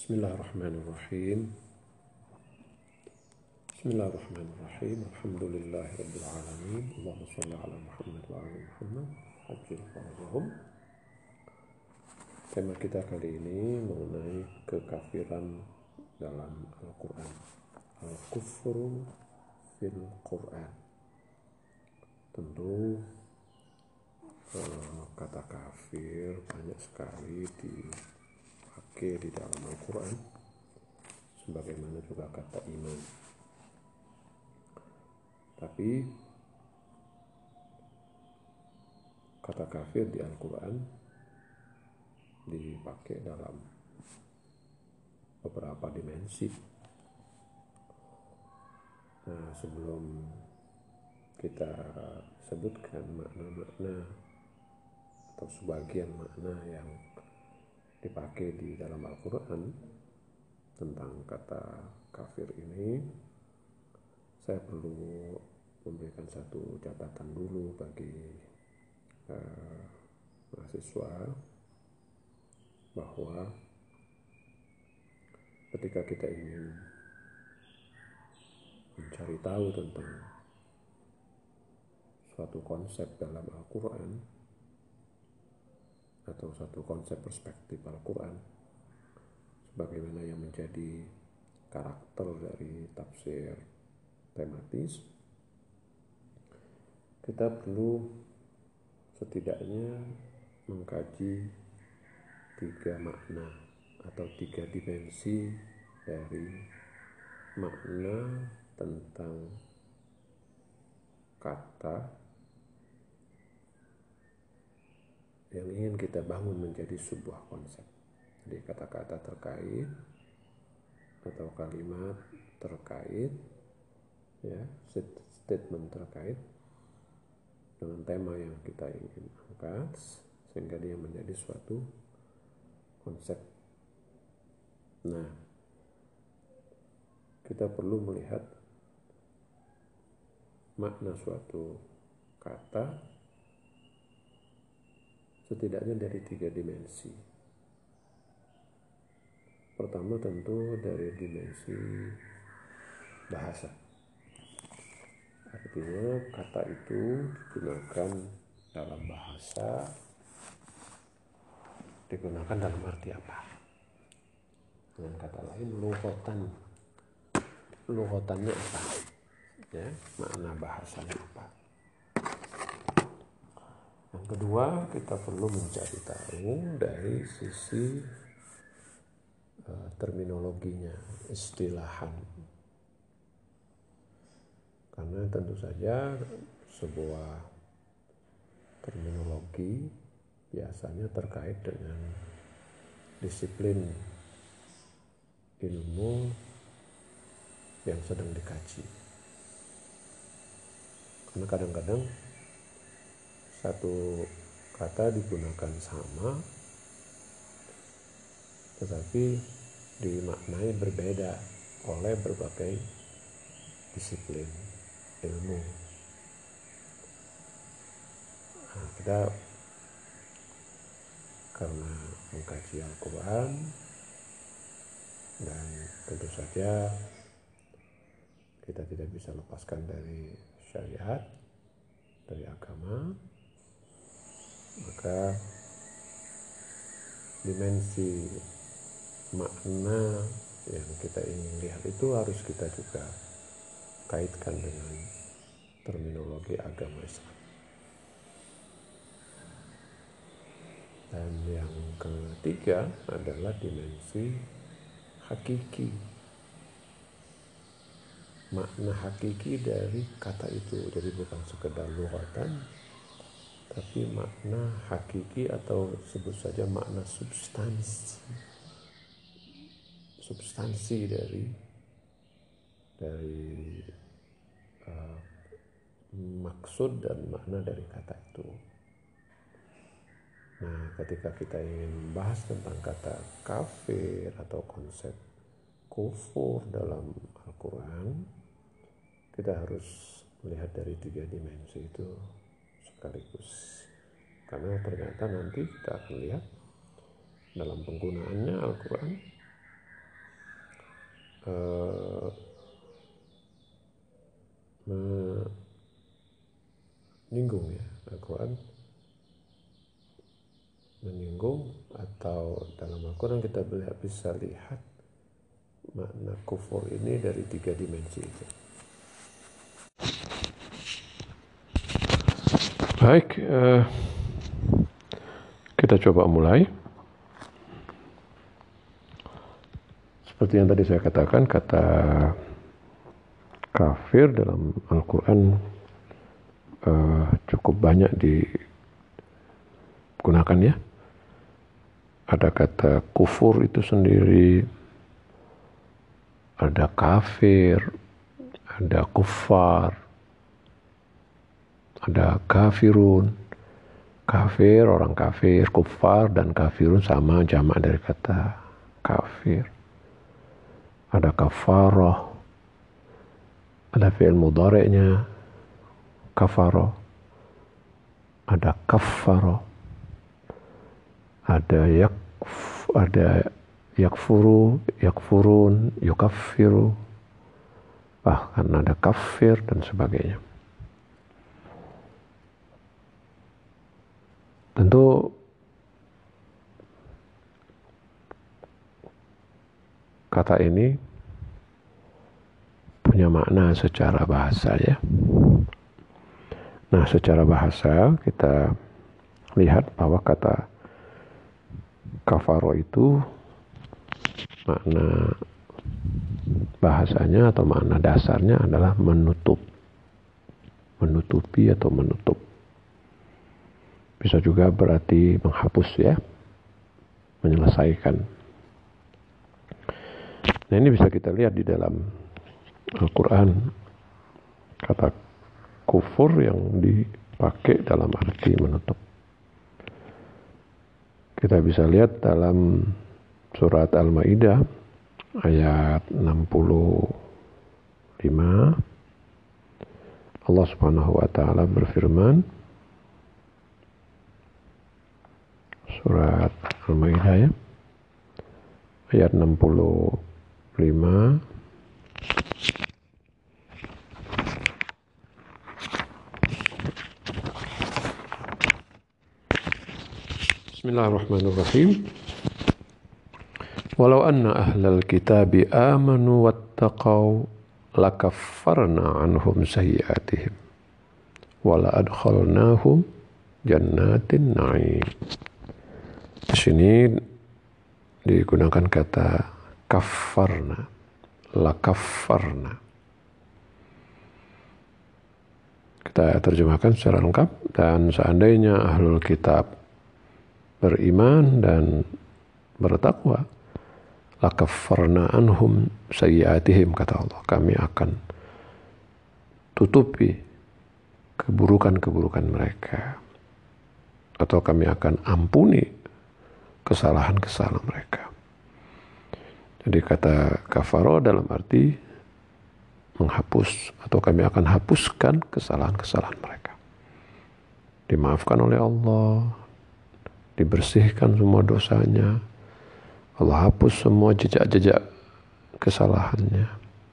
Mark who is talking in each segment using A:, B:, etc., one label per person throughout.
A: Bismillahirrahmanirrahim. Bismillahirrahmanirrahim. Alhamdulillahirabbil alamin. Allahumma shalli ala Muhammad wa ali Muhammad. Hajjil farajahum. Tema kita kali ini mengenai kekafiran dalam Al-Quran. Al-kufru fil Quran. Tentu kata kafir banyak sekali dipakai di dalam Al-Quran, sebagaimana juga kata iman. Tapi kata kafir di Al-Quran dipakai dalam beberapa dimensi. Nah, sebelum kita sebutkan makna-makna atau sebagian makna yang dipakai di dalam Al-Quran tentang kata kafir ini, saya perlu memberikan satu catatan dulu bagi mahasiswa, bahwa ketika kita ingin mencari tahu tentang suatu konsep dalam Al-Quran atau satu konsep perspektif Al-Quran sebagaimana yang menjadi karakter dari tafsir tematis, kita perlu setidaknya mengkaji 3 makna atau 3 dimensi dari makna tentang kata yang ingin kita bangun menjadi sebuah konsep. Jadi kata-kata terkait atau kalimat terkait, ya, statement terkait dengan tema yang kita ingin angkat, sehingga dia menjadi suatu konsep. Nah, kita perlu melihat makna suatu kata setidaknya dari 3 dimensi. Pertama tentu dari dimensi bahasa. Artinya kata itu digunakan dalam bahasa, digunakan dalam arti apa? Dengan kata lain, luhotannya apa? Ya, makna bahasanya apa? Yang kedua, kita perlu mencari tahu dari sisi terminologinya, istilahan. Karena tentu saja sebuah terminologi biasanya terkait dengan disiplin ilmu yang sedang dikaji. Karena kadang-kadang satu kata digunakan sama, tetapi dimaknai berbeda oleh berbagai disiplin ilmu. Nah, kita karena mengkaji Al-Quran dan tentu saja kita tidak bisa lepaskan dari syariat, dari agama, maka dimensi makna yang kita ingin lihat itu harus kita juga kaitkan dengan terminologi agama Islam. Dan yang ketiga adalah dimensi hakiki, makna hakiki dari kata itu. Jadi bukan sekedar lughatan, tapi makna hakiki atau sebut saja makna substansi dari maksud dan makna dari kata itu. Nah, ketika kita ingin membahas tentang kata kafir atau konsep kufur dalam Al-Quran, kita harus melihat dari 3 dimensi itu sekaligus. Karena ternyata nanti kita akan lihat dalam penggunaannya Al-Quran menyinggung ya, Al-Quran menyinggung, atau dalam Al-Quran kita bisa lihat makna kufur ini dari 3 dimensi itu. Baik, kita coba mulai. Seperti yang tadi saya katakan, kata kafir dalam Al-Quran cukup banyak digunakan ya. Ada kata kufur itu sendiri, ada kafir, ada kufar, ada kafirun. Kafir, orang kafir, kufar dan kafirun sama jamak dari kata kafir. Ada kafarah, ada fi'il mudhari'nya kafarah, ada kaffara, ada yakfuru, yakfurun, yukaffiru, bahkan ada kafir dan sebagainya. Tentu kata ini punya makna secara bahasa ya. Nah, secara bahasa kita lihat bahwa kata kafaro itu makna bahasanya atau makna dasarnya adalah menutup, menutupi atau menutup. Bisa juga berarti menghapus ya, menyelesaikan. Nah, ini bisa kita lihat di dalam Al-Quran, kata kufur yang dipakai dalam arti menutup. Kita bisa lihat dalam surat Al-Maidah ayat 65, Allah Subhanahu wa taala berfirman, surat Al-Maidah ya, ayat 65. Bismillahirrahmanirrahim. Walau anna ahlal kitabi amanu wattaqau lakaffarna anhum sayyi'atihim wala adkhalnahum jannatin na'im. Di sini digunakan kata kaffarna, lakaffarna. Kita terjemahkan secara lengkap. Dan seandainya ahlul kitab beriman dan bertakwa, lakaffarna anhum sayyi'atihim, kata Allah, kami akan tutupi keburukan-keburukan mereka, atau kami akan ampuni kesalahan-kesalahan mereka. Jadi kata kafaro dalam arti menghapus, atau kami akan hapuskan kesalahan-kesalahan mereka. Dimaafkan oleh Allah, dibersihkan semua dosanya, Allah hapus semua jejak-jejak kesalahannya.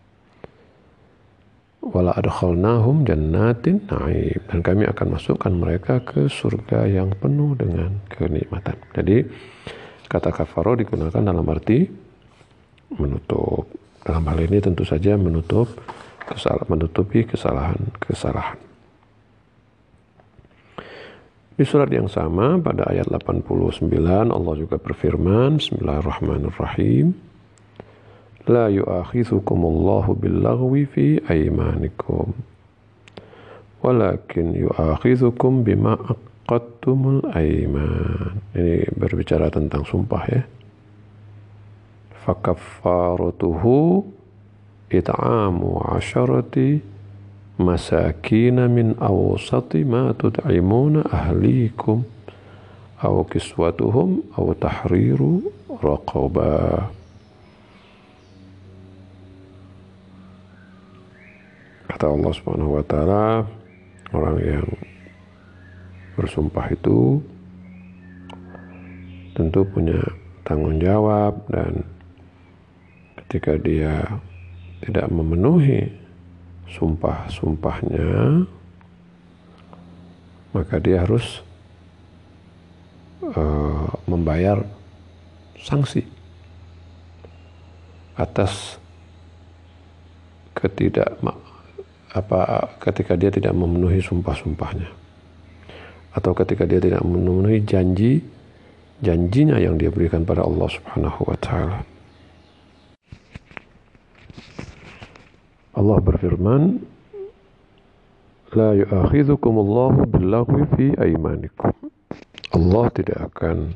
A: Wala adkhalnahum jannatin na'im, dan kami akan masukkan mereka ke surga yang penuh dengan kenikmatan. Jadi kata kafaro digunakan dalam arti menutup. Dalam hal ini tentu saja menutupi kesalahan-kesalahan. Di surat yang sama pada ayat 89 Allah juga berfirman, Bismillahirrahmanirrahim, La yu'akhidhukumullahu billaghwi fi aymanikum walakin yu'akhidhukum bima aqadtumul ayman. Ini berbicara tentang sumpah ya. Fakaffaratuhu it'amu 'asharati masakina min awsati ma tut'imuna ahlikum aw kiswatuhum aw tahriru raqabah. Kata Allah Subhanahu wa taala, orang yang bersumpah itu tentu punya tanggung jawab, dan ketika dia tidak memenuhi sumpah-sumpahnya, maka dia harus membayar sanksi atas ketika dia tidak memenuhi sumpah-sumpahnya, atau ketika dia tidak memenuhi janjinya yang dia berikan pada Allah Subhanahu wa taala. Allah berfirman, la yu'akhidhukumullahu billaghwi fi aymanikum. Allah tidak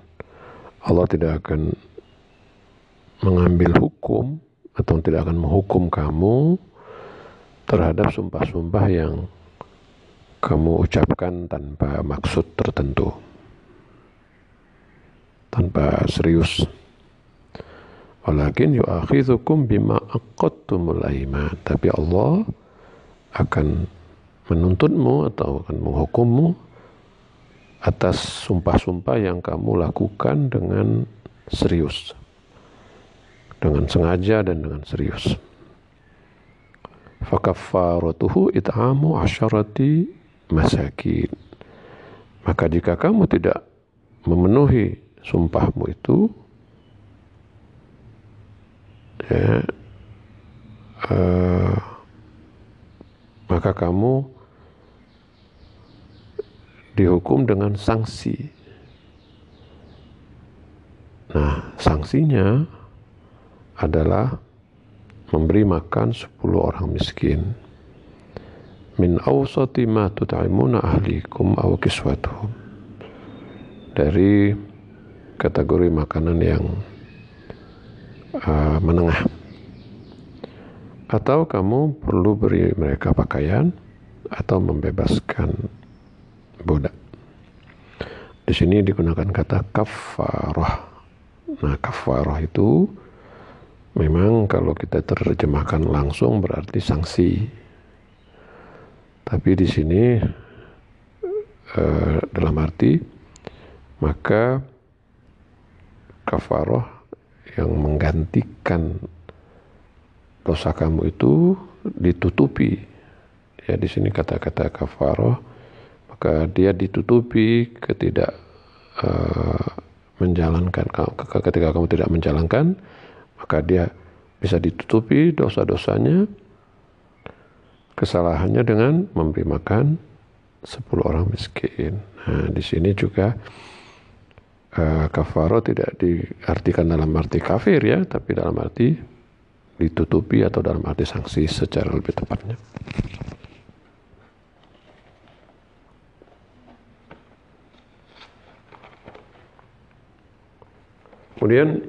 A: akan mengambil hukum atau tidak akan menghukum kamu terhadap sumpah-sumpah yang kamu ucapkan tanpa maksud tertentu, tanpa serius. Walakin yu'akhidhukum bima aqadtumul aiman. Tapi Allah akan menuntutmu atau akan menghukummu atas sumpah-sumpah yang kamu lakukan dengan serius, dengan sengaja dan dengan serius. Fakaffaratuhu it'amu 'asharati masakin. Maka jika kamu tidak memenuhi sumpahmu itu, maka kamu dihukum dengan sanksi. Nah, sanksinya adalah memberi makan 10 orang miskin. Min awsati ma tut'imuna ahlikum aw kiswatuhum. Dari kategori makanan yang menengah. Atau kamu perlu beri mereka pakaian atau membebaskan budak. Di sini digunakan kata kafarah. Nah, kafarah itu memang kalau kita terjemahkan langsung berarti sanksi. Tapi di sini dalam arti maka kafarah yang menggantikan dosa kamu itu ditutupi. Ya, di sini kata-kata kafarah, maka dia ditutupi ketika kamu tidak menjalankan, maka dia bisa ditutupi dosa-dosanya, kesalahannya dengan memberi makan 10 orang miskin. Nah, di sini juga kafarah tidak diartikan dalam arti kafir ya, tapi dalam arti ditutupi atau dalam arti sanksi secara lebih tepatnya. Kemudian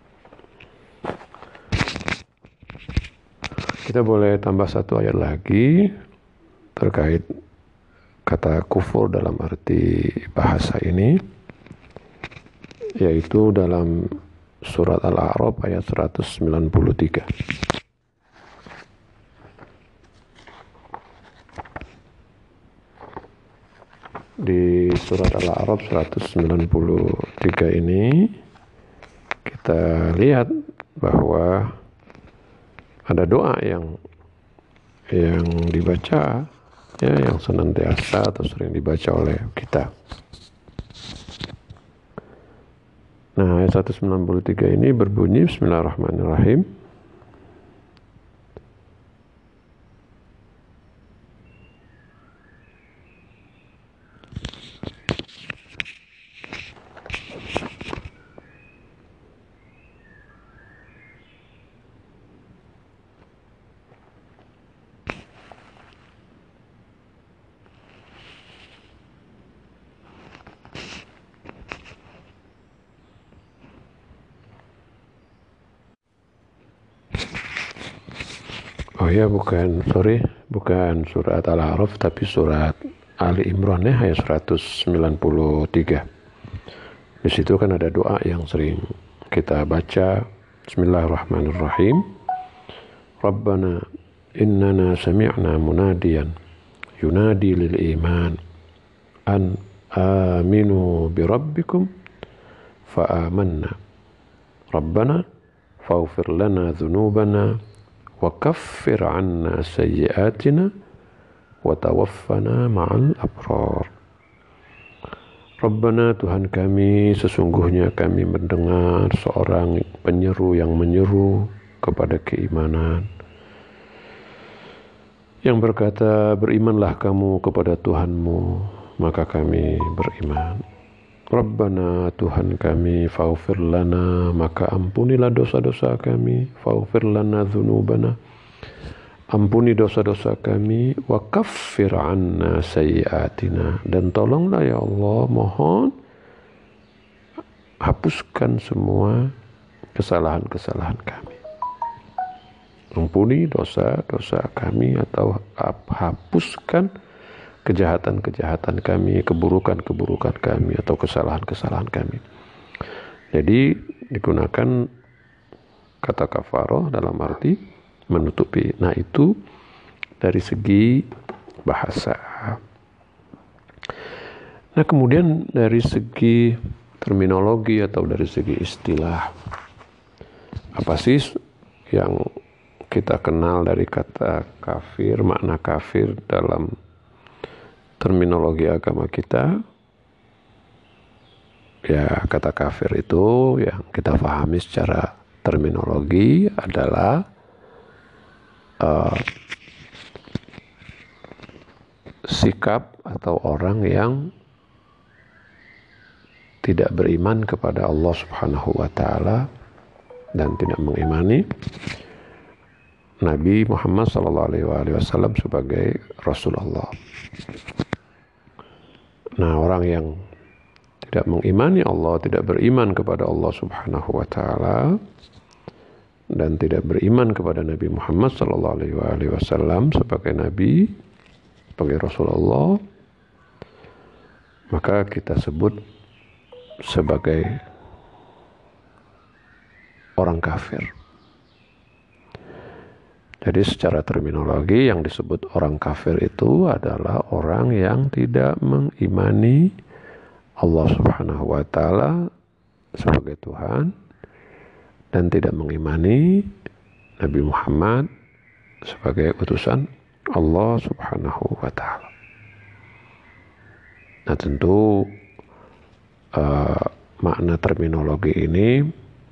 A: kita boleh tambah satu ayat lagi terkait kata kufur dalam arti bahasa ini, yaitu dalam surat Al-A'raf ayat 193. Di surat Al-A'raf 193 ini kita lihat bahwa ada doa yang dibaca ya, yang senantiasa atau sering dibaca oleh kita. Nah, ayat 193 ini berbunyi Bismillahirrahmanirrahim. Oh ya, bukan surat Al-A'raf, tapi surat Ali Imran ya, ayat 193. Di situ kan ada doa yang sering kita baca. Bismillahirrahmanirrahim. Rabbana innana sami'na munadiyan yunadi lil iman an aminu bi rabbikum fa amanna. Rabbana faghfir lana dzunubana wa kaffir 'anna sayyi'atina wa tawaffana ma'al abrar. Rabbana, Tuhan kami, sesungguhnya kami mendengar seorang penyeru yang menyeru kepada keimanan, yang berkata, berimanlah kamu kepada Tuhanmu, maka kami beriman. Rabbana, Tuhan kami, faghfir lana, maka ampunilah dosa-dosa kami, faghfir lana dzunubana, ampuni dosa-dosa kami, wa kaffir 'anna sayyi'atina, dan tolonglah ya Allah, mohon hapuskan semua kesalahan-kesalahan kami. Ampuni dosa-dosa kami atau hapuskan kejahatan-kejahatan kami, keburukan-keburukan kami atau kesalahan-kesalahan kami. Jadi digunakan kata kafaroh dalam arti menutupi. Nah, itu dari segi bahasa. Nah, kemudian dari segi terminologi atau dari segi istilah, apa sih yang kita kenal dari kata kafir, makna kafir dalam terminologi agama kita? Ya, kata kafir itu yang kita pahami secara terminologi adalah sikap atau orang yang tidak beriman kepada Allah Subhanahu wa Ta'ala dan tidak mengimani Nabi Muhammad SAW sebagai Rasulullah. Nah, orang yang tidak mengimani Allah, tidak beriman kepada Allah Subhanahu wa Ta'ala dan tidak beriman kepada Nabi Muhammad SAW sebagai Nabi, sebagai Rasulullah, maka kita sebut sebagai orang kafir. Jadi secara terminologi yang disebut orang kafir itu adalah orang yang tidak mengimani Allah Subhanahu wa Ta'ala sebagai Tuhan dan tidak mengimani Nabi Muhammad sebagai utusan Allah Subhanahu wa Ta'ala. Nah, tentu makna terminologi ini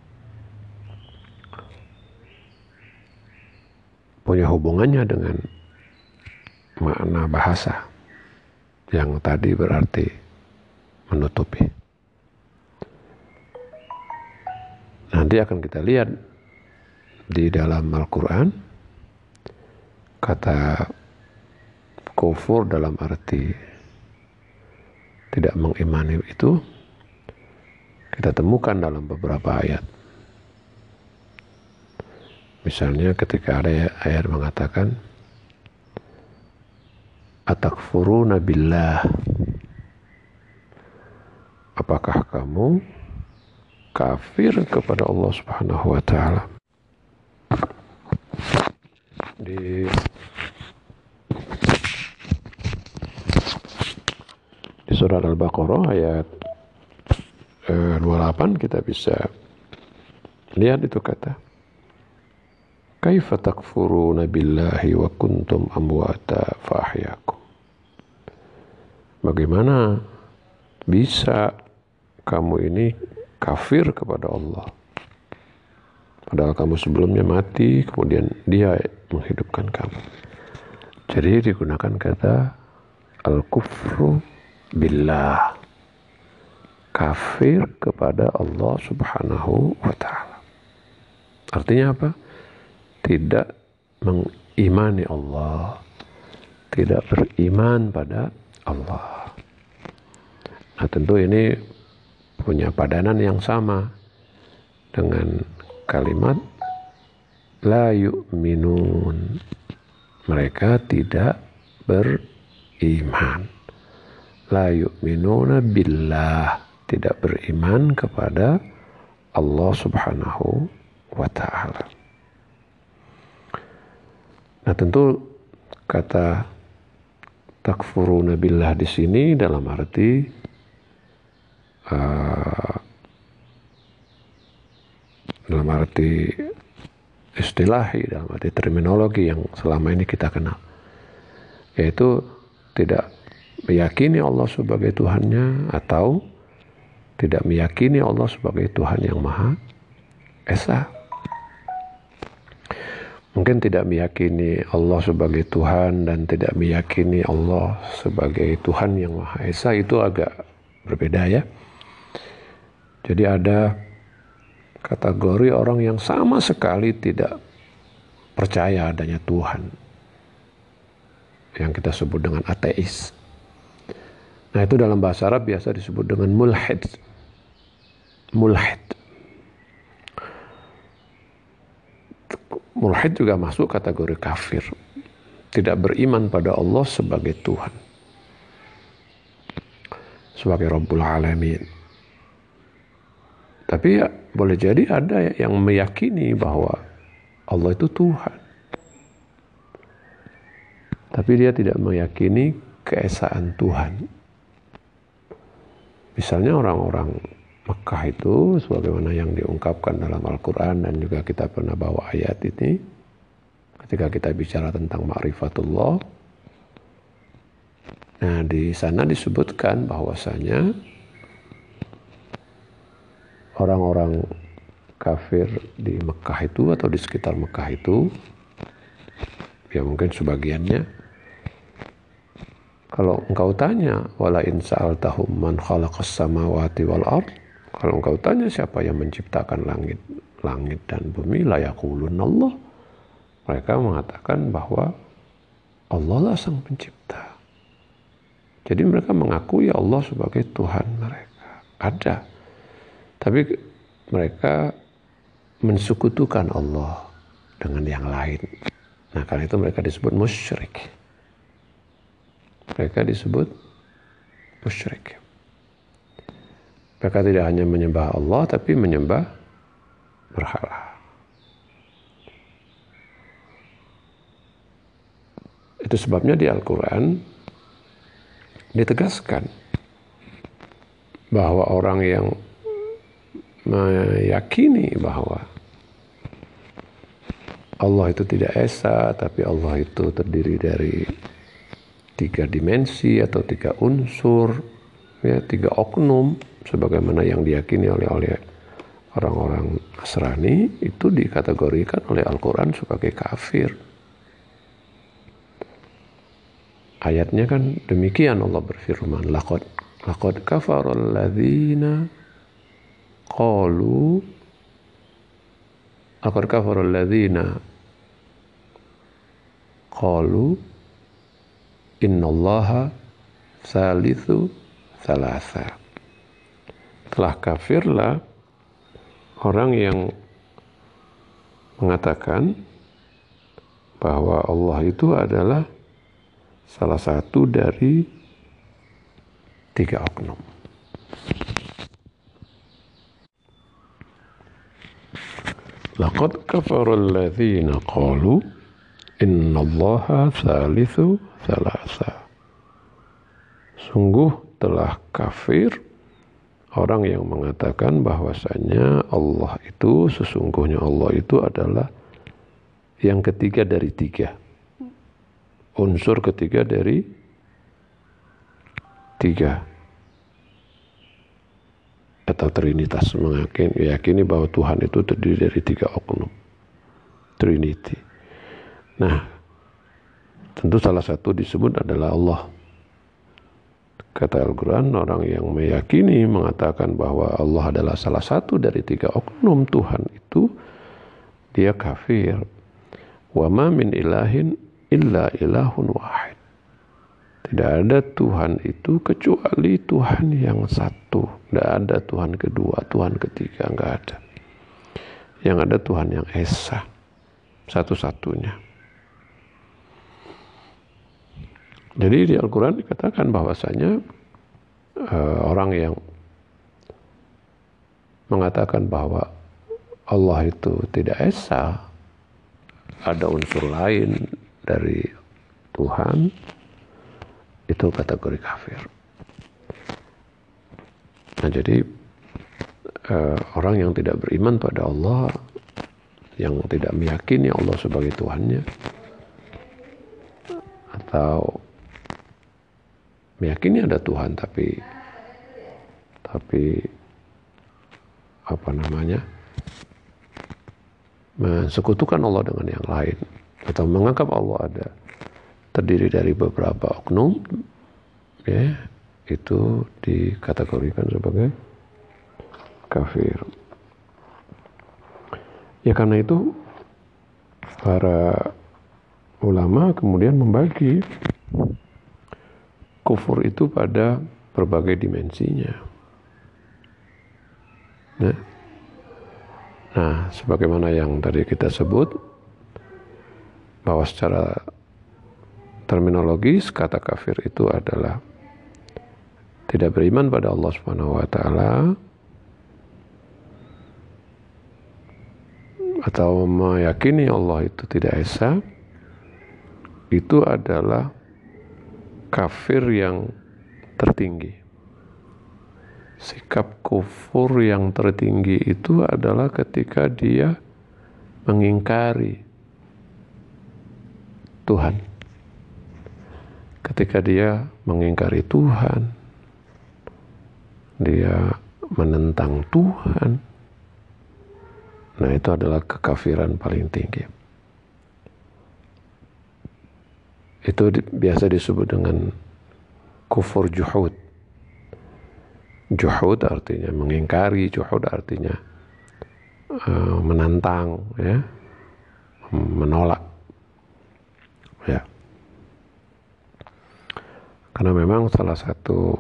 A: punya hubungannya dengan makna bahasa yang tadi berarti menutupi. Nanti akan kita lihat di dalam Al-Quran kata kufur dalam arti tidak mengimani itu kita temukan dalam beberapa ayat. Misalnya ketika ada ayat mengatakan atakfuruna billah, apakah kamu kafir kepada Allah Subhanahu wa Ta'ala? Di surat Al-Baqarah ayat 28 kita bisa lihat itu kata kaifa takfuruna billahi wa kuntum amwata fahyakum. Bagaimana bisa kamu ini kafir kepada Allah padahal kamu sebelumnya mati, kemudian Dia menghidupkan kamu. Jadi digunakan kata al-kufru billah, kafir kepada Allah Subhanahu wa Ta'ala. Artinya apa? Tidak mengimani Allah, tidak beriman pada Allah. Nah, tentu ini punya padanan yang sama dengan kalimat la yu'minun, mereka tidak beriman. La yu'minuna billah, tidak beriman kepada Allah Subhanahu wa Ta'ala. Nah, tentu kata takfuruna billah di sini dalam arti dalam arti istilahi, dalam arti terminologi yang selama ini kita kenal, yaitu tidak meyakini Allah sebagai Tuhannya atau tidak meyakini Allah sebagai Tuhan yang Maha Esa. Mungkin tidak meyakini Allah sebagai Tuhan dan tidak meyakini Allah sebagai Tuhan yang Maha Esa itu agak berbeda ya. Jadi ada kategori orang yang sama sekali tidak percaya adanya Tuhan, yang kita sebut dengan ateis. Nah, itu dalam bahasa Arab biasa disebut dengan mulhid. Mulhid. Mulhid juga masuk kategori kafir. Tidak beriman pada Allah sebagai Tuhan, sebagai Rabbul Alamin. Tapi ya boleh jadi ada yang meyakini bahwa Allah itu Tuhan, tapi dia tidak meyakini keesaan Tuhan. Misalnya orang-orang Mekah itu, sebagaimana yang diungkapkan dalam Al-Quran dan juga kita pernah bawa ayat ini, ketika kita bicara tentang ma'rifatullah. Nah, di sana disebutkan bahwasanya orang-orang kafir di Mekah itu atau di sekitar Mekah itu, ya mungkin sebagiannya, kalau engkau tanya wala in sa'altahum man khalaqas samawati wal ard, kalau engkau tanya siapa yang menciptakan langit dan bumi, la yaqulun Allah, mereka mengatakan bahwa Allah lah sang pencipta. Jadi mereka mengakui Allah sebagai Tuhan mereka. Ada. Tapi mereka mensekutukan Allah dengan yang lain. Nah, karena itu mereka disebut musyrik. Mereka disebut musyrik. Mereka tidak hanya menyembah Allah, tapi menyembah berhala. Itu sebabnya di Al-Quran ditegaskan bahwa orang yang meyakini bahwa Allah itu tidak esa, tapi Allah itu terdiri dari 3 dimensi atau 3 unsur, ya, 3 oknum, sebagaimana yang diyakini oleh orang-orang Nasrani, itu dikategorikan oleh Al-Quran sebagai kafir. Ayatnya kan demikian, Allah berfirman, laqad kafara alladzina qalu innallaha salitsu salasa. Telah kafirlah orang yang mengatakan bahwa Allah itu adalah salah satu dari 3 oknum. Laqad kafara alladzina qalu innallaha salitsu salasa. Sungguh telah kafir orang yang mengatakan bahwasanya Allah itu, sesungguhnya Allah itu adalah yang ketiga dari 3. Unsur ketiga dari 3. Atau Trinitas, meyakini bahwa Tuhan itu terdiri dari 3 oknum. Trinity. Nah, tentu salah satu disebut adalah Allah. Kata Al-Quran, orang yang meyakini, mengatakan bahwa Allah adalah salah satu dari 3 oknum Tuhan itu, dia kafir. Wa ma min ilahin illa ilahun wahid. Tidak ada Tuhan itu kecuali Tuhan yang satu. Tidak ada Tuhan kedua, Tuhan ketiga, enggak ada. Yang ada Tuhan yang esa, satu-satunya. Jadi di Al-Quran dikatakan bahwasanya orang yang mengatakan bahwa Allah itu tidak esa, ada unsur lain dari Tuhan, itu kategori kafir. Nah, jadi orang yang tidak beriman pada Allah, yang tidak meyakini Allah sebagai Tuhannya, atau meyakini ada Tuhan tapi mensekutukan Allah dengan yang lain, atau menganggap Allah ada terdiri dari beberapa oknum, ya, itu dikategorikan sebagai kafir. Ya, karena itu para ulama kemudian membagi kufur itu pada berbagai dimensinya. Nah, sebagaimana yang tadi kita sebut, bahwa secara terminologis kata kafir itu adalah tidak beriman pada Allah Subhanahu wa taala, atau meyakini Allah itu tidak esa. Itu adalah kafir yang tertinggi. Sikap kufur yang tertinggi itu adalah ketika dia mengingkari Tuhan. Ketika dia mengingkari Tuhan, dia menentang Tuhan. Nah, itu adalah kekafiran paling tinggi. Itu biasa disebut dengan kufur juhud. Juhud artinya mengingkari, juhud artinya menantang, ya, menolak, ya. Karena memang salah satu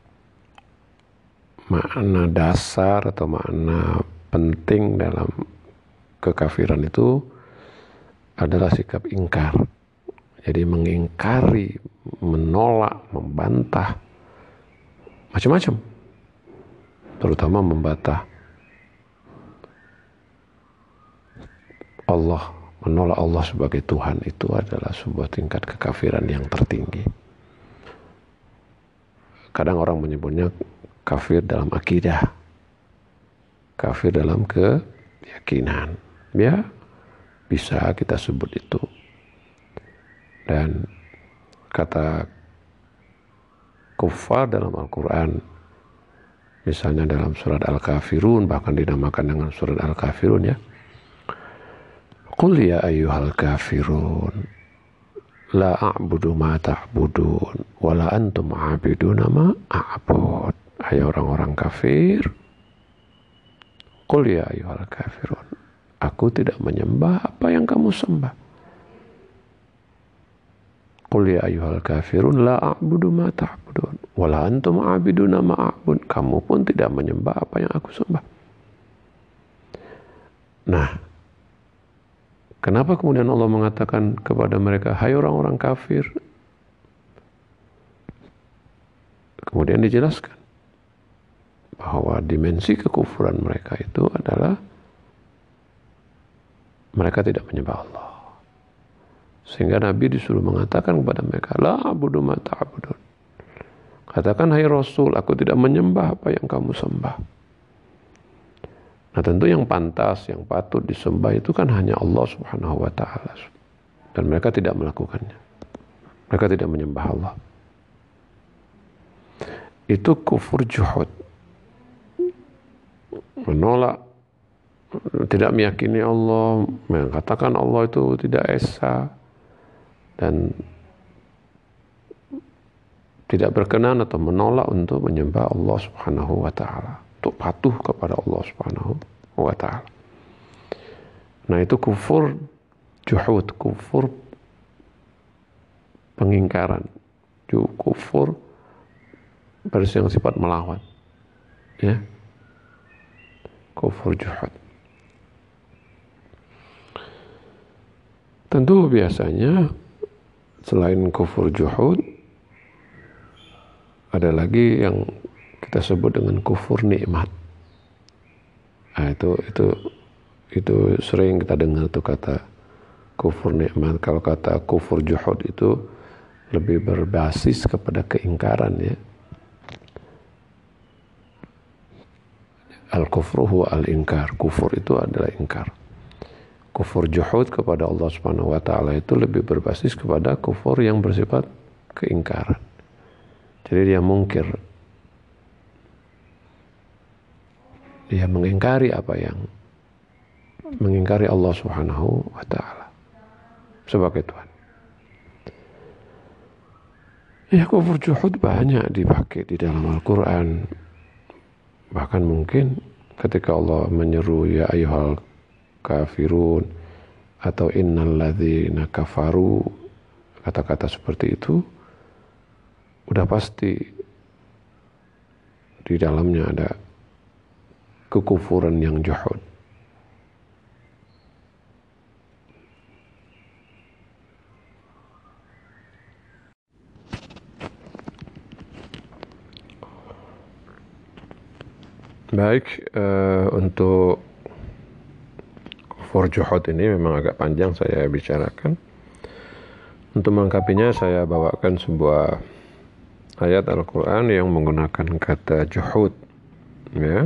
A: makna dasar atau makna penting dalam kekafiran itu adalah sikap ingkar. Jadi mengingkari, menolak, membantah, macam-macam. Terutama membantah Allah, menolak Allah sebagai Tuhan, itu adalah sebuah tingkat kekafiran yang tertinggi. Kadang orang menyebutnya kafir dalam akidah, kafir dalam keyakinan. Ya, bisa kita sebut itu. Dan kata kufar dalam Al-Quran, misalnya dalam surat Al-Kafirun, bahkan dinamakan dengan surat Al-Kafirun, ya. Qul ya ayyuhal kafirun la a'budu ma ta'budun wa la antum 'abiduna ma a'bud. Hai orang-orang kafir, qul ya ayyuhal kafirun, aku tidak menyembah apa yang kamu sembah. Qul ya ayyuhal kafirun la a'budu ma ta'budun wa la antum 'abiduna ma a'bud. Kamu pun tidak menyembah apa yang aku sembah. Nah, kenapa kemudian Allah mengatakan kepada mereka, hai orang-orang kafir? Kemudian dijelaskan bahwa dimensi kekufuran mereka itu adalah mereka tidak menyembah Allah. Sehingga Nabi disuruh mengatakan kepada mereka, la a'budu ma ta'budun. Katakan, hai Rasul, aku tidak menyembah apa yang kamu sembah. Nah, tentu yang pantas, yang patut disembah itu kan hanya Allah Subhanahu wa ta'ala. Dan mereka tidak melakukannya. Mereka tidak menyembah Allah. Itu kufur juhud. Menolak, tidak meyakini Allah, mengatakan Allah itu tidak esa, dan tidak berkenan atau menolak untuk menyembah Allah Subhanahu wa ta'ala, untuk patuh kepada Allah Subhanahu wa ta'ala. Nah, itu kufur juhud, kufur pengingkaran, kufur yang sifat melawan, ya, kufur juhud. Tentu biasanya selain kufur juhud, ada lagi yang kita sebut dengan kufur nikmat. Nah, itu sering kita dengar tuh kata kufur nikmat. Kalau kata kufur juhud itu lebih berbasis kepada keingkaran, ya. Al-kufru huwa al-inkar. Kufur itu adalah ingkar. Kufur juhud kepada Allah Subhanahu wa taala itu lebih berbasis kepada kufur yang bersifat keingkaran. Jadi dia mungkir. Dia mengingkari mengingkari Allah Subhanahu wa taala sebagai Tuhan. Ya, kufur juhud banyak dipakai di dalam Al-Quran. Bahkan mungkin ketika Allah menyeru ya ayyuhal kafirun atau innal ladzina kafaru, kata-kata seperti itu udah pasti di dalamnya ada kekufuran yang juhud. Baik, untuk kufur juhud ini memang agak panjang saya bicarakan. Untuk melengkapinya saya bawakan sebuah ayat Al-Quran yang menggunakan kata juhud, ya.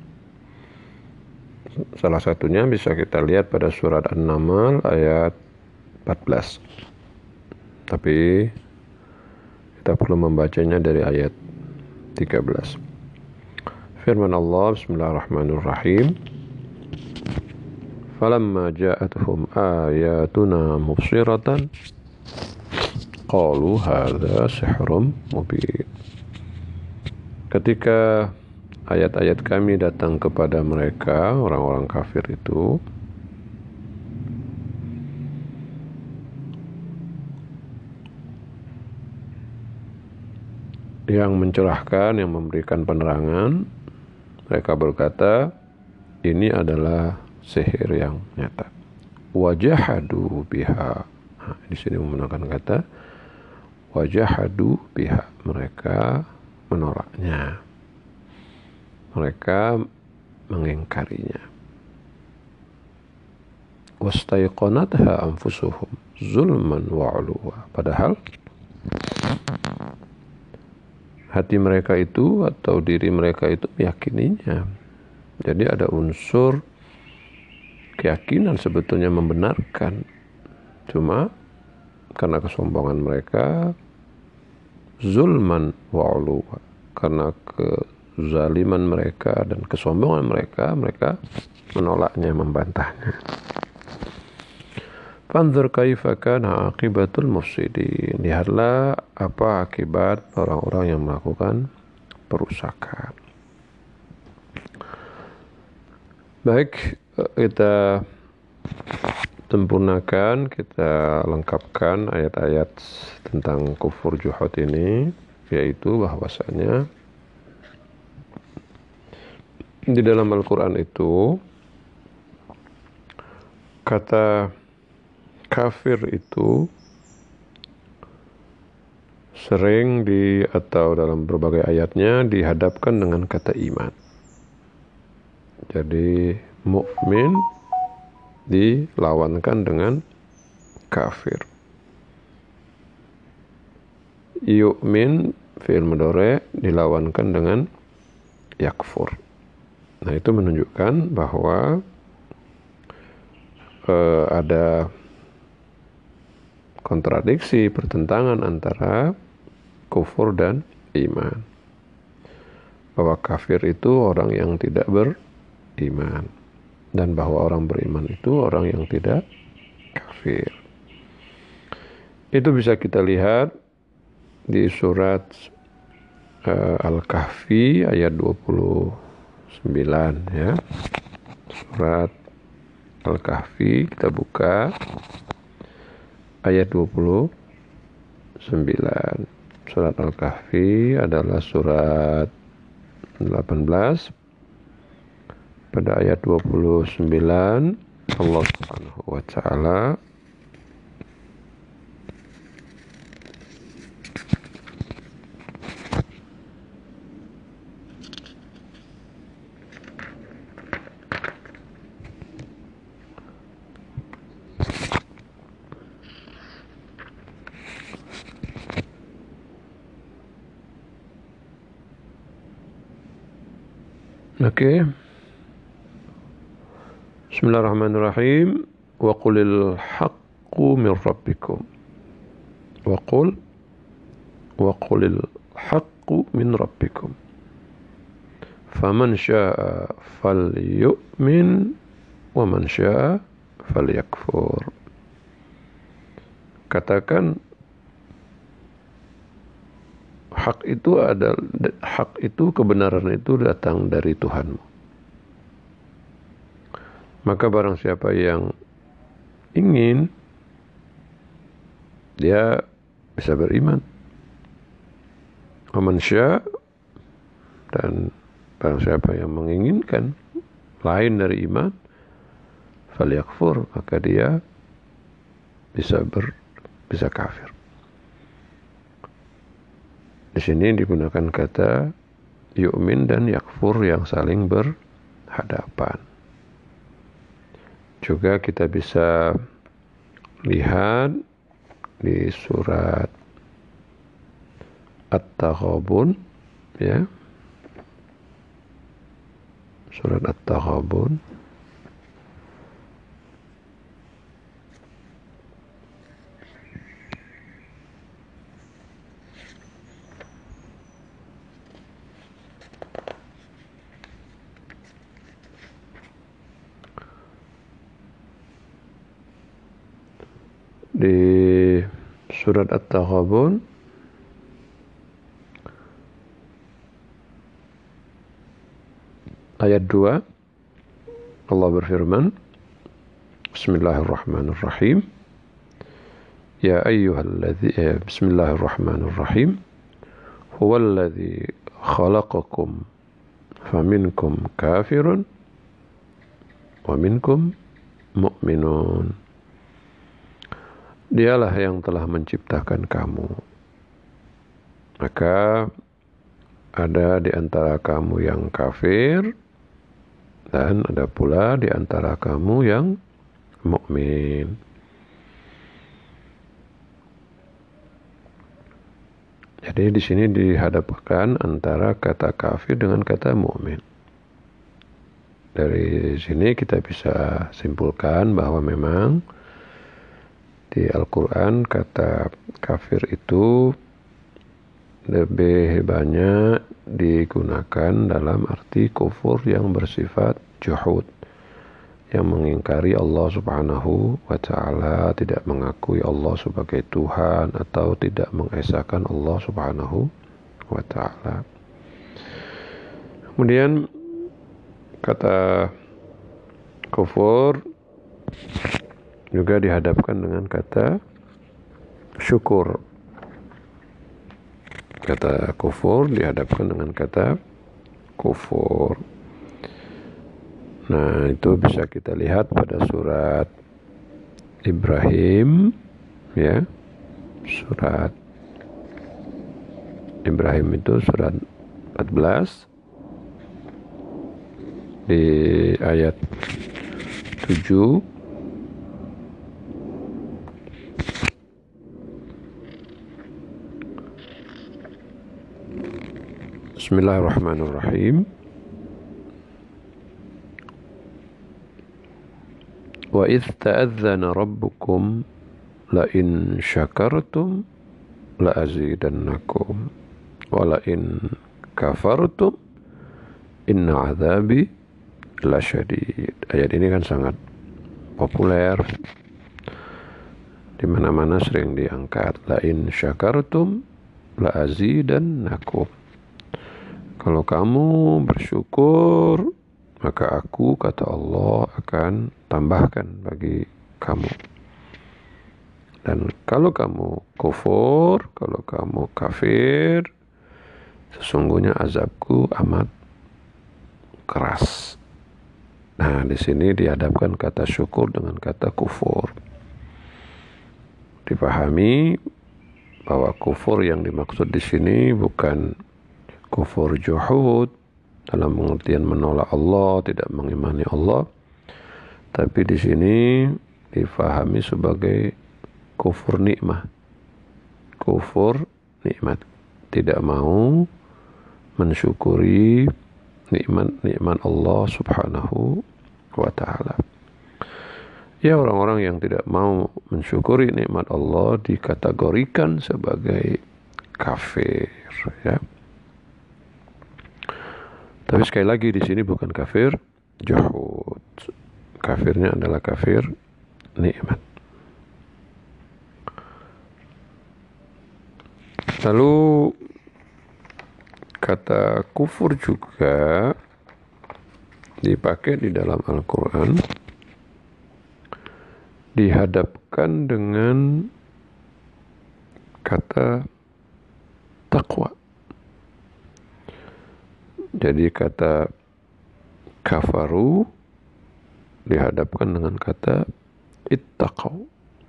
A: Salah satunya bisa kita lihat pada surat An-Naml ayat 14. Tapi kita perlu membacanya dari ayat 13. Firman Allah, Bismillahirrahmanirrahim. Falamma ja'atuhum ayatuna mubsiratan qalu hadza sihrun mubin. Ketika ayat-ayat kami datang kepada mereka, orang-orang kafir itu, yang mencerahkan, yang memberikan penerangan, mereka berkata, ini adalah sihir yang nyata. Wajahadu biha. Nah, di sini menggunakan kata wajahadu biha. Mereka menolaknya. Mereka mengingkarinya. Wastaiqanatha anfusuhum zulman wa 'uluwa. Padahal hati mereka itu atau diri mereka itu meyakininya. Jadi ada unsur keyakinan sebetulnya membenarkan. Cuma karena kesombongan mereka, zulman wa 'uluwa, karena kezaliman mereka dan kesombongan mereka, mereka menolaknya, membantahnya. Fanzur kaifa kana aqibatul mufsidin. Lihatlah apa akibat orang-orang yang melakukan perusakan. Baik, kita sempurnakan, kita lengkapkan ayat-ayat tentang kufur juhud ini, yaitu bahwasanya di dalam Al-Quran itu kata kafir itu sering atau dalam berbagai ayatnya dihadapkan dengan kata iman. Jadi mukmin dilawankan dengan kafir. Yu'min fi'il mudhari dilawankan dengan yakfur. Nah, itu menunjukkan bahwa ada kontradiksi, pertentangan antara kufur dan iman. Bahwa kafir itu orang yang tidak beriman, dan bahwa orang beriman itu orang yang tidak kafir. Itu bisa kita lihat di surat Al-Kahfi ayat 29, ya. Surat Al-Kahfi, kita buka ayat 29. Surat Al-Kahfi adalah surat 18. Pada ayat 29 Allah Subhanahu wa taala Oke. Bismillahirrahmanirrahim. Wa qulil haqqu min rabbikum. Wa qulil haqqu min rabbikum. Faman syaa falyu'min wa man syaa falyakfur. Katakan hak itu kebenaran itu datang dari Tuhanmu. Maka barang siapa yang ingin, dia bisa beriman. Wa man syaa, dan barang siapa yang menginginkan lain dari iman, falyakfur, maka dia bisa kafir. Di sini digunakan kata yu'min dan yakfur yang saling berhadapan. Juga kita bisa lihat di surat At-Taghabun, ya. Surat At-Taghabun di surat At-Taghabun ayat 2 Allah berfirman, Bismillahirrahmanirrahim. Ya ayyuhalladzi Bismillahirrahmanirrahim. Huwallazi khalaqakum faminkum kafirun wa minkum mu'minun. Dialah yang telah menciptakan kamu. Maka ada di antara kamu yang kafir dan ada pula di antara kamu yang mukmin. Jadi di sini dihadapkan antara kata kafir dengan kata mukmin. Dari sini kita bisa simpulkan bahwa memang di Al-Quran kata kafir itu lebih banyak digunakan dalam arti kufur yang bersifat juhud, yang mengingkari Allah Subhanahu wa ta'ala, tidak mengakui Allah sebagai Tuhan atau tidak mengesahkan Allah Subhanahu wa ta'ala. Kemudian kata kufur juga dihadapkan dengan kata syukur. Kata kufur dihadapkan dengan kata kufur. Nah, itu bisa kita lihat pada surat Ibrahim, ya. Surat Ibrahim itu surat 14 di ayat 7. Bismillahirrahmanirrahim. Wa idh ta'adzana rabbukum la in syakartum la azidannakum wa la in kafartum inna adzabi lasyadid. Ayat ini kan sangat populer, di mana-mana sering diangkat. La in syakartum la azidannakum. Kalau kamu bersyukur, maka aku, kata Allah, akan tambahkan bagi kamu. Dan kalau kamu kufur, kalau kamu kafir, sesungguhnya azabku amat keras. Nah, di sini dihadapkan kata syukur dengan kata kufur. Dipahami bahwa kufur yang dimaksud di sini bukan kufur juhud dalam pengertian menolak Allah, tidak mengimani Allah, tapi di sini difahami sebagai kufur nikmat. Kufur nikmat, tidak mau mensyukuri nikmat-nikmat Allah Subhanahu wa ta'ala. Ya, orang-orang yang tidak mau mensyukuri nikmat Allah dikategorikan sebagai kafir, ya. Tapi sekali lagi di sini bukan kafir juhud. Kafirnya adalah kafir nikmat. Lalu kata kufur juga dipakai di dalam Al-Quran, dihadapkan dengan kata takwa. Jadi kata kafaru dihadapkan dengan kata ittaqau.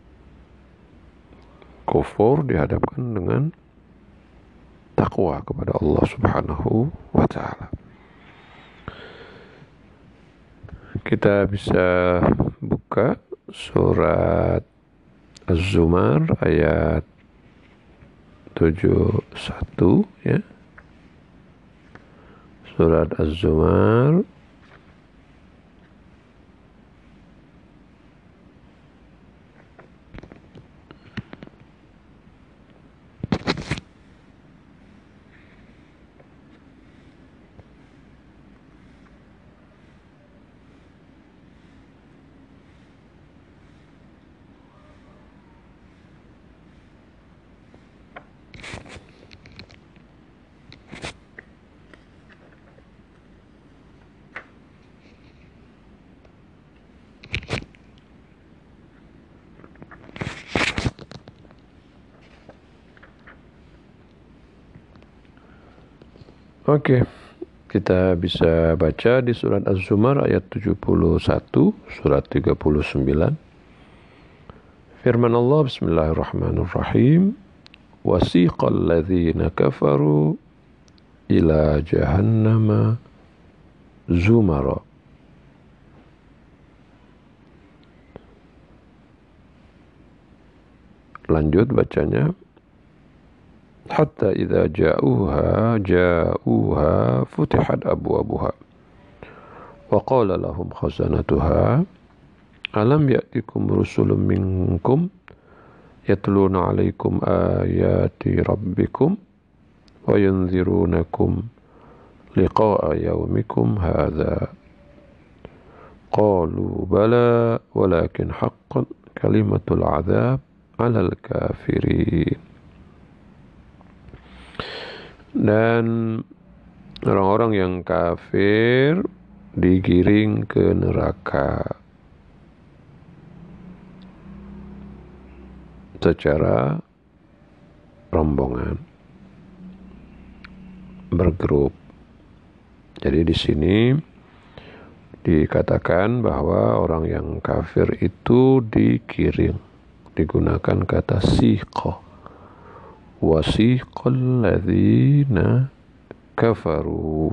A: Kufur dihadapkan dengan takwa kepada Allah Subhanahu wa ta'ala. Kita bisa buka surat Az-Zumar ayat 71, ya. Surat Az-Zumar Oke, kita bisa baca di surat Az-Zumar ayat 71, surat 39. Firman Allah, Bismillahirrahmanirrahim. Wasiqal ladzina kafaru ila jahannama zumara. Lanjut bacanya. Hatta idza ja'uha futihat abwabuha wa qala lahum khazanatuha alam ya'tikum rusulun minkum yatluna 'alaikum ayati rabbikum wa yunzirunakum liqa'a yaumikum hadza qalu bala walakin haqqat kalimatul 'adzab 'alal kafirin. Dan orang-orang yang kafir digiring ke neraka secara rombongan, bergrup. Jadi di sini dikatakan bahwa orang yang kafir itu digiring, digunakan kata siqah. Wasiqal ladzina kafaru.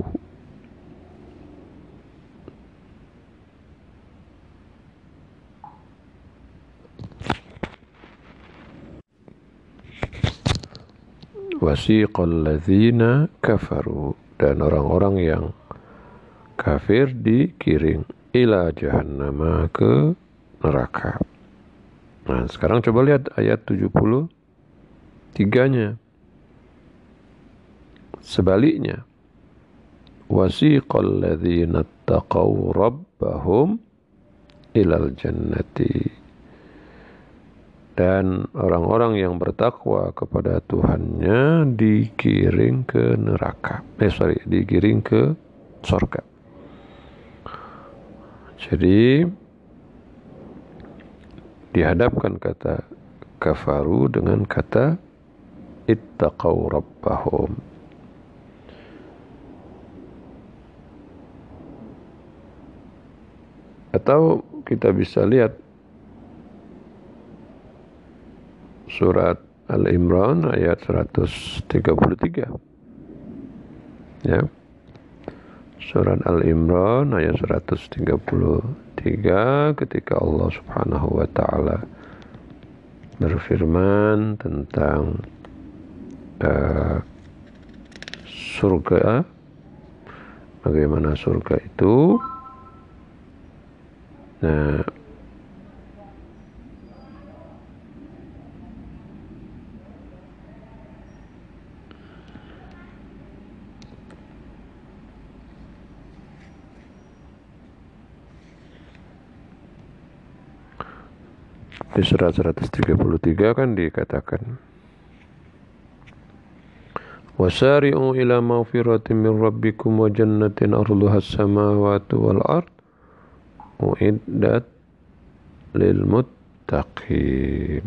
A: Wasiqal ladzina kafaru, dan orang-orang yang kafir digiring ila jahannama, ke neraka. Nah, sekarang coba lihat ayat 73-nya. Sebaliknya, wasiqal ladzina taqaw rabbahum ilal jannati, dan orang-orang yang bertakwa kepada Tuhannya digiring ke neraka. Digiring ke surga. Jadi dihadapkan kata kafaru dengan kata ittaqaw rabbahum. Atau kita bisa lihat surat Al-Imran ayat 133. Ya. Surat Al-Imran ayat 133, ketika Allah Subhanahu wa ta'ala berfirman tentang surga, bagaimana surga itu. Nah, Di surat 133 kan dikatakan, wasari'u ila maghfiratin min rabbikum wa jannatin arduha as-samawati wal ard uiddat lil muttaqin.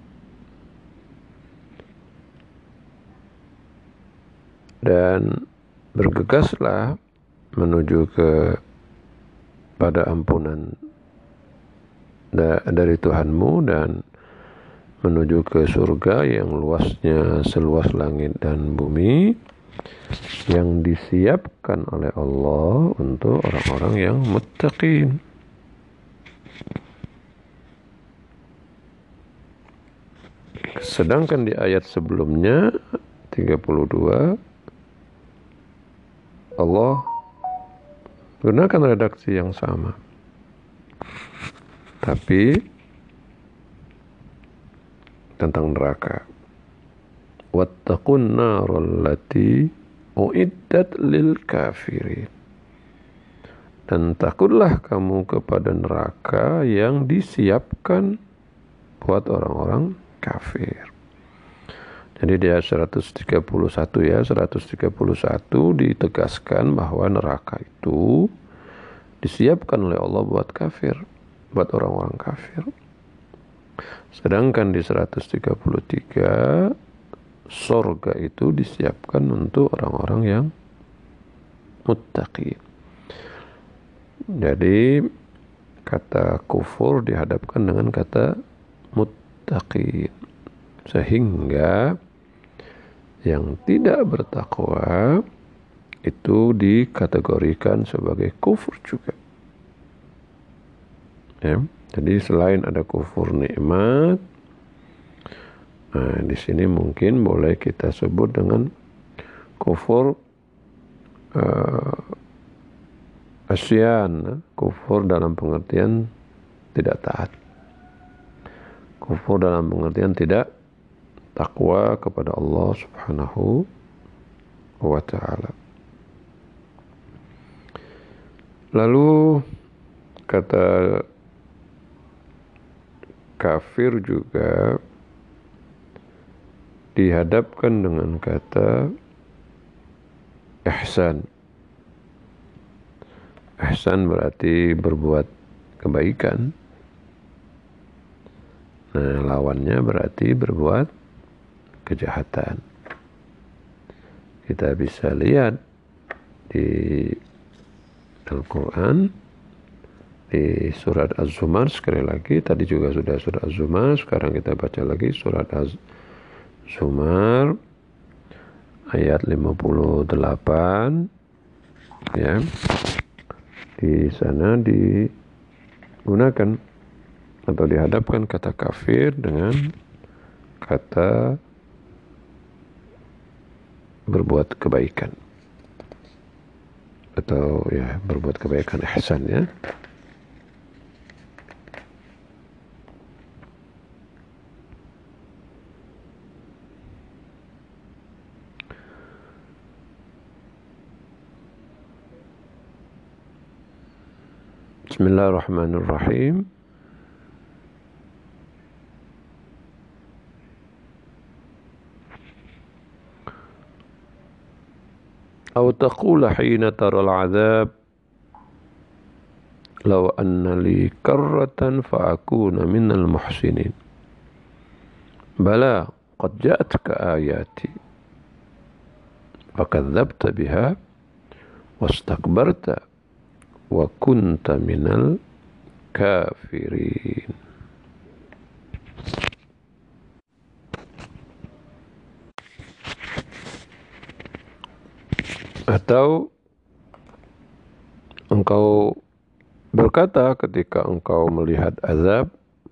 A: Dan bergegaslah menuju ke pada ampunan dari Tuhanmu dan menuju ke surga yang luasnya seluas langit dan bumi, yang disiapkan oleh Allah untuk orang-orang yang muttaqin. Sedangkan di ayat sebelumnya 32 Allah gunakan redaksi yang sama, tapi tentang neraka. Wattaqun naral lati uiddat lil kafirin. Dan takutlah kamu kepada neraka yang disiapkan buat orang-orang kafir. Jadi di ayat 131 ya, 131 ditegaskan bahwa neraka itu disiapkan oleh Allah buat kafir, buat orang-orang kafir. Sedangkan di 133 surga itu disiapkan untuk orang-orang yang muttaqin. Jadi kata kufur dihadapkan dengan kata muttaqin, sehingga yang tidak bertakwa itu dikategorikan sebagai kufur juga. Ya, jadi selain ada kufur nikmat, nah, di sini mungkin boleh kita sebut dengan kufur asyan, kufur dalam pengertian tidak taat, kufur dalam pengertian tidak takwa kepada Allah Subhanahu wa ta'ala. Lalu kata kafir juga dihadapkan dengan kata ihsan. Ihsan berarti berbuat kebaikan. Nah, lawannya berarti berbuat kejahatan. Kita bisa lihat di Al-Quran, di surat Az-Zumar, sekali lagi, tadi juga sudah surat Az-Zumar, sekarang kita baca lagi surat Az-Zumar ayat 58 ya. Di sana digunakan atau dihadapkan kata kafir dengan kata berbuat kebaikan atau ya berbuat kebaikan, ihsan ya. Bismillahirrahmanirrahim. أو تقول حين ترى العذاب لو أن لي كرة فأكون من المحسنين بلى قد جاءتك آياتي فكذبت بها واستكبرت وكنت من الكافرين. Atau engkau berkata ketika engkau melihat azab,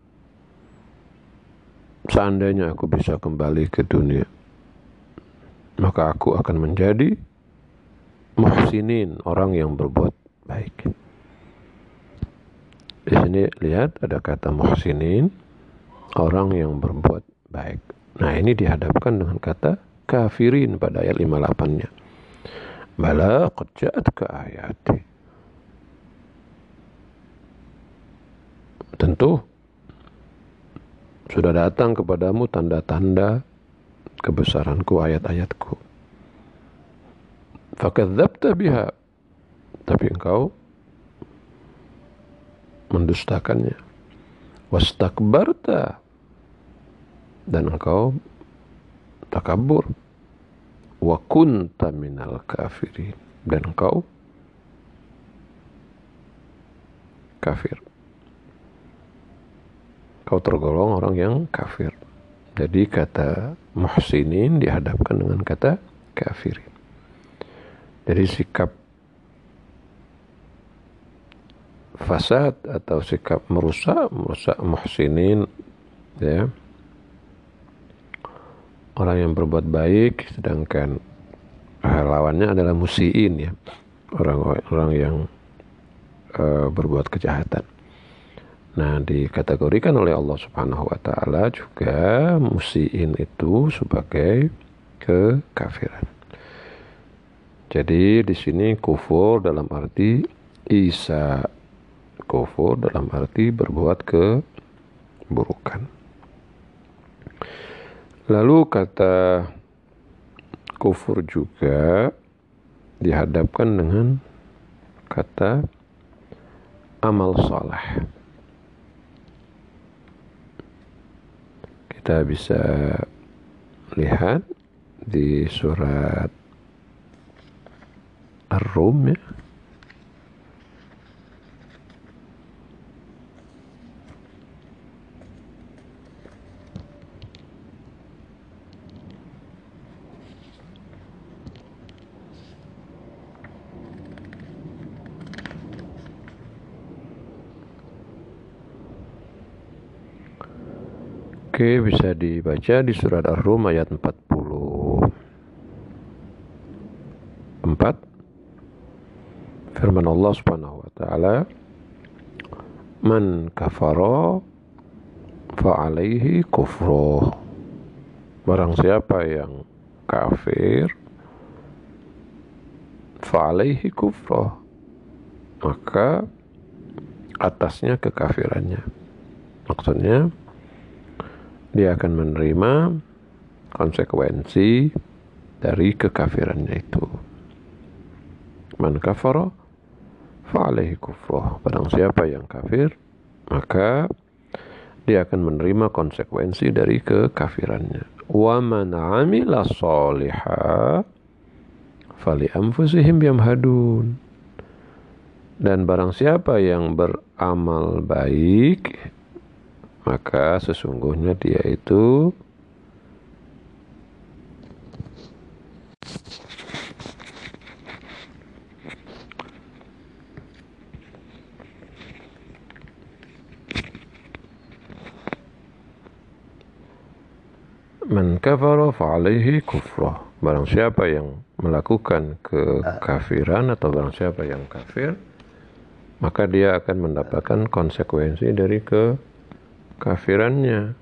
A: seandainya aku bisa kembali ke dunia, maka aku akan menjadi muhsinin, orang yang berbuat baik. Di sini lihat ada kata muhsinin, orang yang berbuat baik. Nah, ini dihadapkan dengan kata kafirin pada ayat 58-nya. Bala qad ja'atka ayati. Tentu sudah datang kepadamu tanda-tanda kebesaranku, ayat-ayatku. Fakadzabta biha, tapi engkau mendustakannya. Wastakbarta, dan engkau takabur. Wa kunta minal kafirin, dan engkau kafir. Kau tergolong orang yang kafir. Jadi kata muhsinin dihadapkan dengan kata kafirin. Jadi sikap fasad atau sikap merusak muhsinin, ya, orang yang berbuat baik, sedangkan lawannya adalah musiin, ya, orang yang berbuat kejahatan. Nah, dikategorikan oleh Allah Subhanahu wa taala juga musiin itu sebagai kekafiran. Jadi di sini kufur dalam arti isa, kufur dalam arti berbuat keburukan. Lalu kata kufur juga dihadapkan dengan kata amal saleh. Kita bisa lihat di surat Ar-Rum, ya. Oke, bisa dibaca di surat Ar-Rum ayat 44. Firman Allah Subhanahu wa taala, "Man kafara fa alaihi kufruh." Barang siapa yang kafir, fa alaihi kufruh, maka atasnya kekafirannya. Maksudnya dia akan menerima konsekuensi dari kekafirannya itu. Man kafara fa alaihi kufruh. Barang siapa yang kafir, maka dia akan menerima konsekuensi dari kekafirannya. Wa man amila sholiha fali anfusihim yamhadun. Dan barang siapa yang beramal baik, maka sesungguhnya dia itu man kafara fa alaihi kufruh. Barang siapa yang melakukan kekafiran atau barang siapa yang kafir, maka dia akan mendapatkan konsekuensi dari kekafirannya.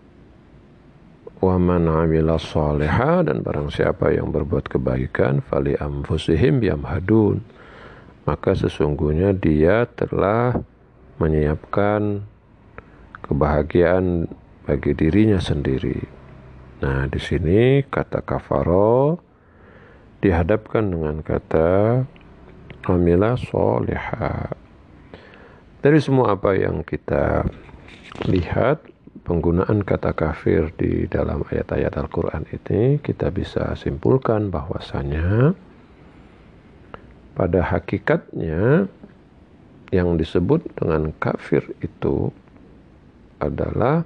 A: Wa man amila sholiha, dan barang siapa yang berbuat kebaikan, fali anfusihim yamhadun, maka sesungguhnya dia telah menyiapkan kebahagiaan bagi dirinya sendiri. Nah, di sini kata kafaro dihadapkan dengan kata amila sholiha. Dari semua apa yang kita lihat, penggunaan kata kafir di dalam ayat-ayat Al-Quran ini, kita bisa simpulkan bahwasanya pada hakikatnya yang disebut dengan kafir itu adalah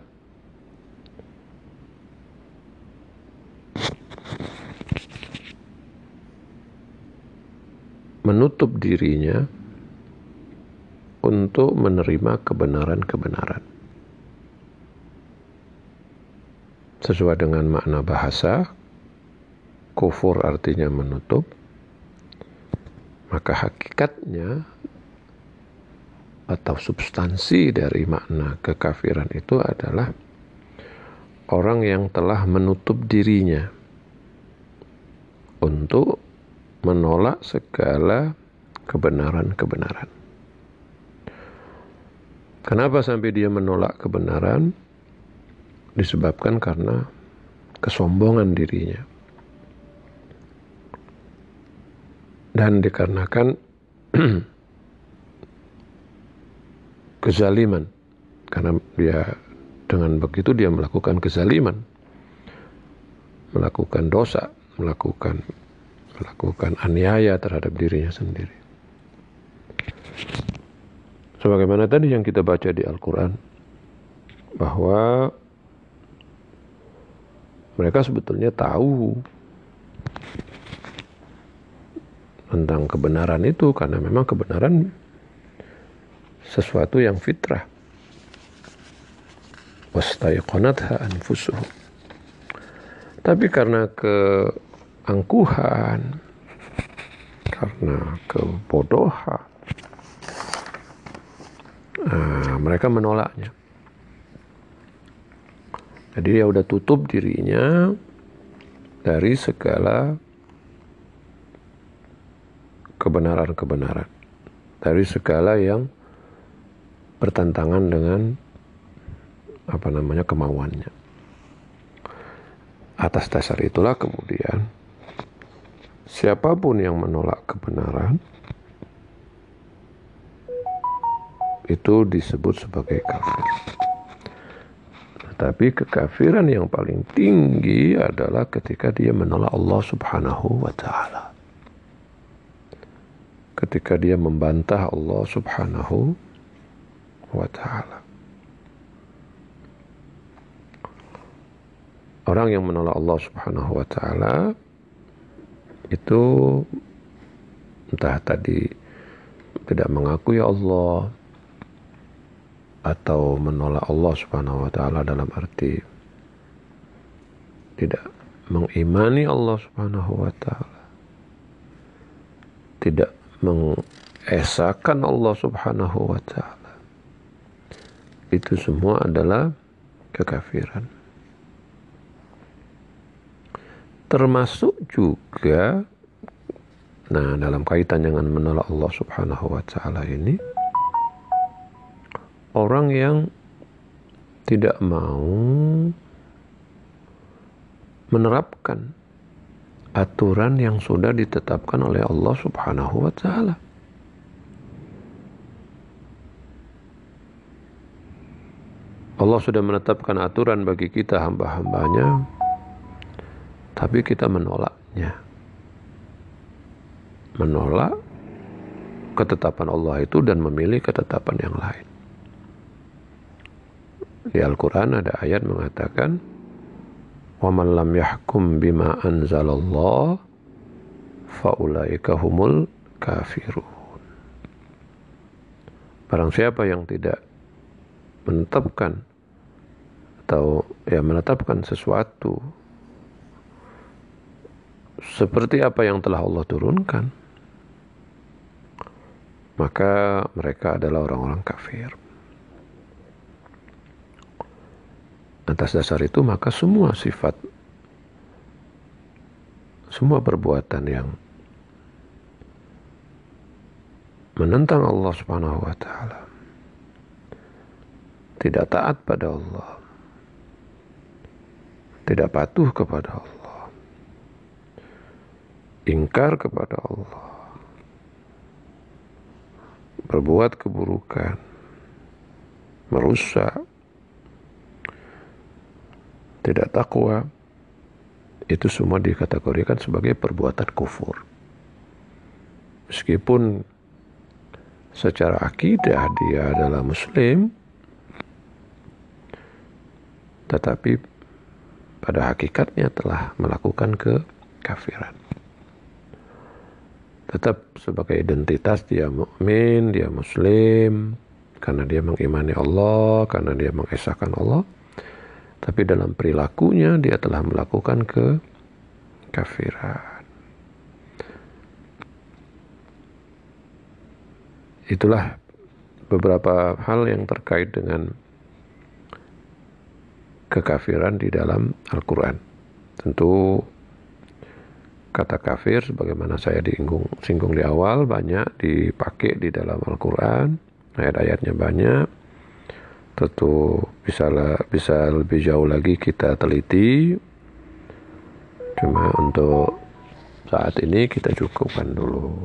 A: menutup dirinya untuk menerima kebenaran-kebenaran. Sesuai dengan makna bahasa, kufur artinya menutup, maka hakikatnya atau substansi dari makna kekafiran itu adalah orang yang telah menutup dirinya untuk menolak segala kebenaran-kebenaran. Kenapa sampai dia menolak kebenaran? disebabkan karena kesombongan dirinya dan dikarenakan kezaliman, karena dia dengan begitu dia melakukan kezaliman, melakukan dosa, melakukan aniaya terhadap dirinya sendiri. Sebagaimana tadi yang kita baca di Al-Quran, bahwa mereka sebetulnya tahu tentang kebenaran itu, karena memang kebenaran sesuatu yang fitrah. Wastaiqanatha anfusuhum. Tapi karena keangkuhan, karena kebodohan, mereka menolaknya. Jadi dia udah tutup dirinya dari segala kebenaran-kebenaran, dari segala yang bertentangan dengan kemauannya. Atas dasar itulah kemudian siapapun yang menolak kebenaran itu disebut sebagai kafir. Tapi kekafiran yang paling tinggi adalah ketika dia menolak Allah Subhanahu wa ta'ala. Ketika dia membantah Allah Subhanahu wa ta'ala. Orang yang menolak Allah Subhanahu wa ta'ala itu entah tadi tidak mengakui Allah, atau menolak Allah Subhanahu wa ta'ala dalam arti tidak mengimani Allah Subhanahu wa ta'ala, tidak mengesahkan Allah Subhanahu wa ta'ala. Itu semua adalah kekafiran. Termasuk juga dalam kaitan dengan menolak Allah Subhanahu wa ta'ala ini, orang yang tidak mau menerapkan aturan yang sudah ditetapkan oleh Allah Subhanahu wa ta'ala. Allah sudah menetapkan aturan bagi kita hamba-hambanya, tapi kita menolaknya. Menolak ketetapan Allah itu dan memilih ketetapan yang lain. Di Al-Quran ada ayat mengatakan, وَمَنْ لَمْ يَحْكُمْ بِمَا أَنْزَلَ اللَّهُ فَأُولَئِكَ هُمُ الْكَافِرُونَ. Barang siapa yang tidak menetapkan atau menetapkan sesuatu seperti apa yang telah Allah turunkan, maka mereka adalah orang-orang kafir. Atas dasar itu maka semua sifat, semua perbuatan yang menentang Allah Subhanahu wa ta'ala, tidak taat pada Allah, tidak patuh kepada Allah, ingkar kepada Allah, berbuat keburukan, merusak, tidak takwa, itu semua dikategorikan sebagai perbuatan kufur. Meskipun secara akidah dia adalah muslim, tetapi pada hakikatnya telah melakukan kekafiran. Tetap sebagai identitas dia mukmin, dia muslim, karena dia mengimani Allah, karena dia mengesahkan Allah. Tapi dalam perilakunya dia telah melakukan kekafiran. Itulah beberapa hal yang terkait dengan kekafiran di dalam Al-Quran. Tentu kata kafir sebagaimana saya singgung di awal banyak dipakai di dalam Al-Quran, ayat-ayatnya banyak. tentu bisa lebih jauh lagi kita teliti. Cuma untuk saat ini kita cukupkan dulu.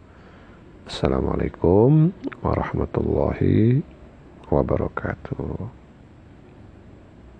A: Assalamualaikum warahmatullahi wabarakatuh.